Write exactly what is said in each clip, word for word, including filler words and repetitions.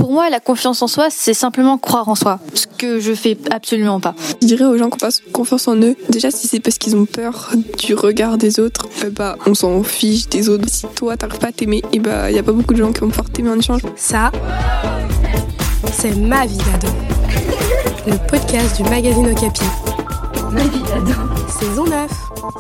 Pour moi, la confiance en soi, c'est simplement croire en soi, ce que je fais absolument pas. Je dirais aux gens qui ont pas confiance en eux, déjà si c'est parce qu'ils ont peur du regard des autres, euh, bah on s'en fiche des autres. Si toi t'arrives pas à t'aimer, et bah y a pas beaucoup de gens qui vont pouvoir t'aimer en échange. Ça, c'est Ma vie d'ado, le podcast du magazine Okapi. Ma vie d'ado, saison neuf.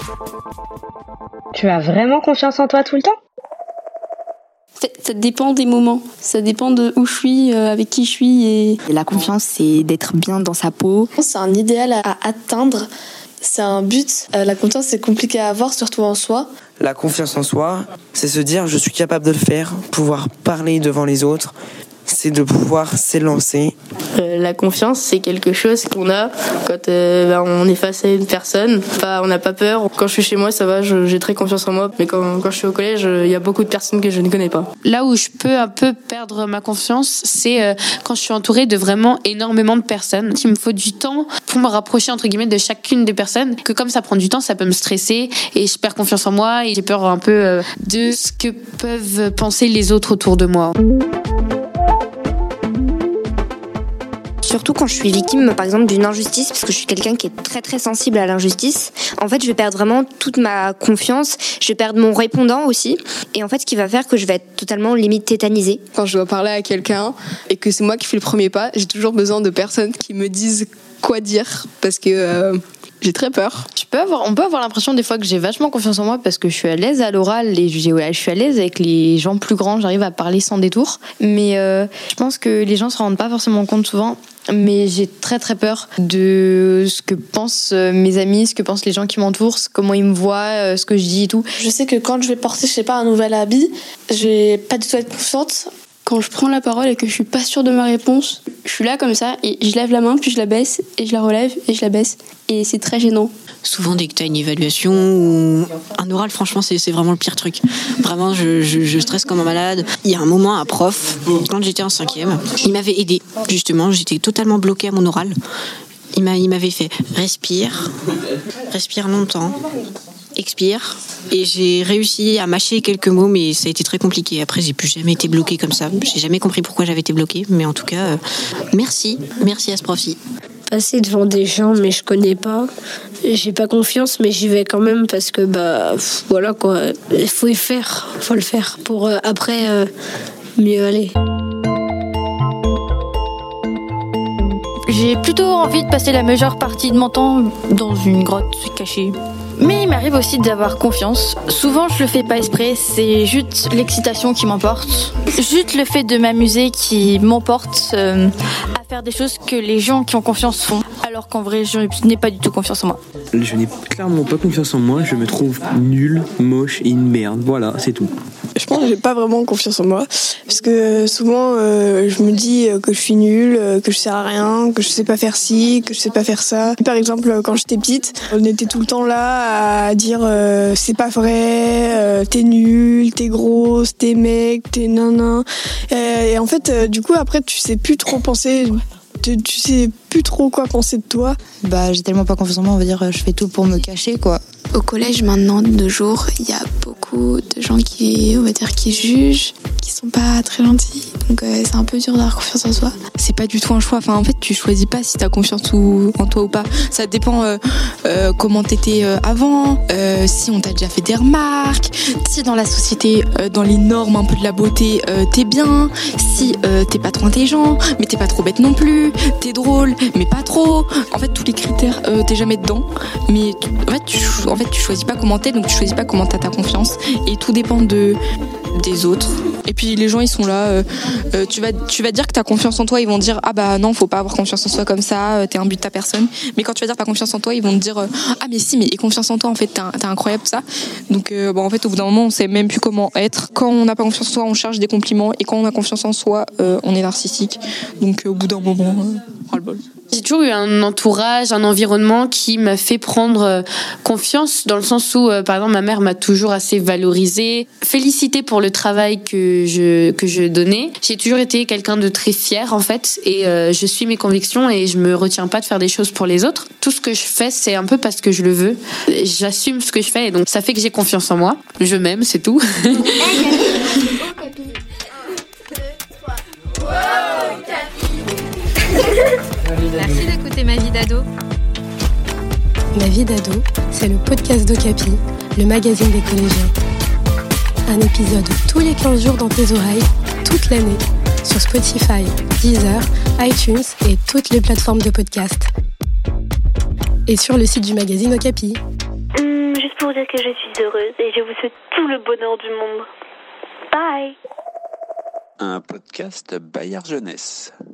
Tu as vraiment confiance en toi tout le temps ? Ça dépend des moments, ça dépend de où je suis, euh, avec qui je suis. Et... et la confiance, c'est d'être bien dans sa peau. C'est un idéal à atteindre, c'est un but. Euh, la confiance, c'est compliqué à avoir, surtout en soi. La confiance en soi, c'est se dire je suis capable de le faire, pouvoir parler devant les autres. C'est de pouvoir s'élancer. Euh, la confiance, c'est quelque chose qu'on a quand euh, bah, on est face à une personne. Bah, on n'a pas peur. Quand je suis chez moi, ça va, je, j'ai très confiance en moi. Mais quand, quand je suis au collège, il y a beaucoup de personnes que je ne connais pas. Là où je peux un peu perdre ma confiance, c'est euh, quand je suis entourée de vraiment énormément de personnes. Il me faut du temps pour me rapprocher entre guillemets de chacune des personnes. Que comme ça prend du temps, ça peut me stresser et je perds confiance en moi et j'ai peur un peu euh, de ce que peuvent penser les autres autour de moi. Surtout quand je suis victime, par exemple, d'une injustice, parce que je suis quelqu'un qui est très très sensible à l'injustice. En fait, je vais perdre vraiment toute ma confiance, je vais perdre mon répondant aussi. Et en fait, ce qui va faire que je vais être totalement limite tétanisée. Quand je dois parler à quelqu'un et que c'est moi qui fais le premier pas, j'ai toujours besoin de personnes qui me disent quoi dire, parce que... Euh... J'ai très peur. Je peux avoir, on peut avoir l'impression des fois que j'ai vachement confiance en moi parce que je suis à l'aise à l'oral et je, ouais, je suis à l'aise avec les gens plus grands, j'arrive à parler sans détour. Mais euh, je pense que les gens se rendent pas forcément compte souvent. Mais j'ai très très peur de ce que pensent mes amis, ce que pensent les gens qui m'entourent, comment ils me voient, ce que je dis et tout. Je sais que quand je vais porter, je sais pas, un nouvel habit, je vais pas du tout être confiante. Quand je prends la parole et que je suis pas sûre de ma réponse, je suis là comme ça et je lève la main, puis je la baisse et je la relève et je la baisse. Et c'est très gênant. Souvent, dès que tu as une évaluation ou un oral, franchement, c'est, c'est vraiment le pire truc. Vraiment, je, je, je stresse comme un malade. Il y a un moment, un prof, quand j'étais en cinquième, il m'avait aidé, justement. J'étais totalement bloquée à mon oral. Il, m'a, il m'avait fait respire, respire longtemps, expire. Et j'ai réussi à mâcher quelques mots, mais ça a été très compliqué. Après, j'ai plus jamais été bloquée comme ça. J'ai jamais compris pourquoi j'avais été bloquée. Mais en tout cas, euh, merci. Merci à ce prof-ci. Passer devant des gens mais je connais pas, j'ai pas confiance mais j'y vais quand même parce que bah voilà quoi, il faut y faire, faut le faire pour euh, après euh, mieux aller. J'ai plutôt envie de passer la majeure partie de mon temps dans une grotte cachée. Mais il m'arrive aussi d'avoir confiance. Souvent, je le fais pas exprès, c'est juste l'excitation qui m'emporte. Juste le fait de m'amuser qui m'emporte euh, à faire des choses que les gens qui ont confiance font. Alors qu'en vrai, je n'ai pas du tout confiance en moi. Je n'ai clairement pas confiance en moi, je me trouve nul, moche et une merde. Voilà, c'est tout. Je pense que j'ai pas vraiment confiance en moi, parce que souvent euh, je me dis que je suis nulle, que je sers à rien, que je sais pas faire ci, que je sais pas faire ça. Par exemple, quand j'étais petite, on était tout le temps là à dire euh, c'est pas vrai, euh, t'es nulle, t'es grosse, t'es mec, t'es nanan. Et en fait, euh, du coup après tu sais plus trop penser. Tu, tu sais plus trop quoi penser de toi. Bah j'ai tellement pas confiance en moi, on va dire je fais tout pour me cacher quoi. Au collège maintenant de nos jours, il y a beaucoup de gens qui, on va dire, qui jugent, qui sont pas très gentils. Donc euh, c'est un peu dur d'avoir confiance en soi. C'est pas du tout un choix. Enfin en fait tu choisis pas si t'as confiance ou, en toi ou pas. Ça dépend euh, euh, comment t'étais euh, avant, euh, si on t'a déjà fait des remarques, si dans la société, euh, dans les normes un peu de la beauté, euh, t'es bien, si euh, t'es pas trop intelligent, mais t'es pas trop bête non plus, t'es drôle, mais pas trop. En fait tous les critères, euh, t'es jamais dedans. Mais tu, en fait tu en fait tu choisis pas comment t'es, donc tu choisis pas comment t'as ta confiance. Et tout dépend de des autres. Et puis les gens ils sont là, euh, euh, tu vas tu vas dire que t'as confiance en toi, ils vont dire ah bah non faut pas avoir confiance en soi comme ça, euh, t'es un but de ta personne. Mais quand tu vas dire t'as confiance en toi, ils vont te dire euh, ah mais si mais aie confiance en toi en fait t'es, t'es incroyable ça. Donc euh, bon en fait au bout d'un moment on sait même plus comment être. Quand on n'a pas confiance en soi on cherche des compliments et quand on a confiance en soi euh, on est narcissique. Donc euh, au bout d'un moment euh, ras-le-bol. J'ai toujours eu un entourage, un environnement qui m'a fait prendre confiance dans le sens où, euh, par exemple, ma mère m'a toujours assez valorisée, félicitée pour le travail que je que je donnais. J'ai toujours été quelqu'un de très fier en fait, et euh, je suis mes convictions et je me retiens pas de faire des choses pour les autres. Tout ce que je fais, c'est un peu parce que je le veux. J'assume ce que je fais et donc ça fait que j'ai confiance en moi. Je m'aime, c'est tout. Merci d'écouter Ma vie d'ado. Ma vie d'ado, c'est le podcast d'Ocapi, le magazine des collégiens. Un épisode tous les quinze jours dans tes oreilles, toute l'année, sur Spotify, Deezer, iTunes et toutes les plateformes de podcast. Et sur le site du magazine Okapi. Hum, juste pour vous dire que je suis heureuse et je vous souhaite tout le bonheur du monde. Bye. Un podcast Bayard Jeunesse.